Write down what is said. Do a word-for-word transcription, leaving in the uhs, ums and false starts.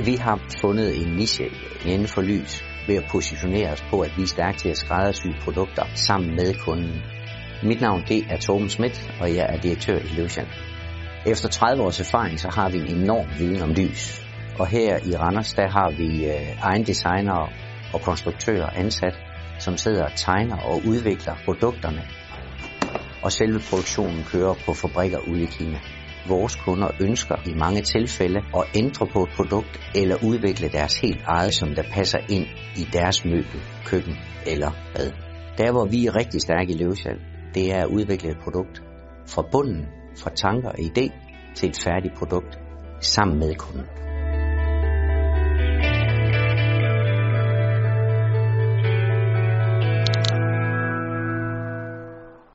Vi har fundet en niche inden for lys ved at positionere os på, at vi er stærke til at skræddersy produkter sammen med kunden. Mit navn det er Torben Schmidt, og jeg er direktør i Lewisian. Efter tredive års erfaring, så har vi en enorm viden om lys. Og her i Randers, der har vi øh, egen designere og konstruktører ansat, som sidder og tegner og udvikler produkterne. Og selve produktionen kører på fabrikker ude i Kina. Vores kunder ønsker i mange tilfælde at ændre på et produkt eller udvikle deres helt eget, som der passer ind i deres møbel, køkken eller bad. Der hvor vi er rigtig stærke i Lewisian, det er at udvikle et produkt fra bunden, fra tanker og idé til et færdigt produkt sammen med kunden.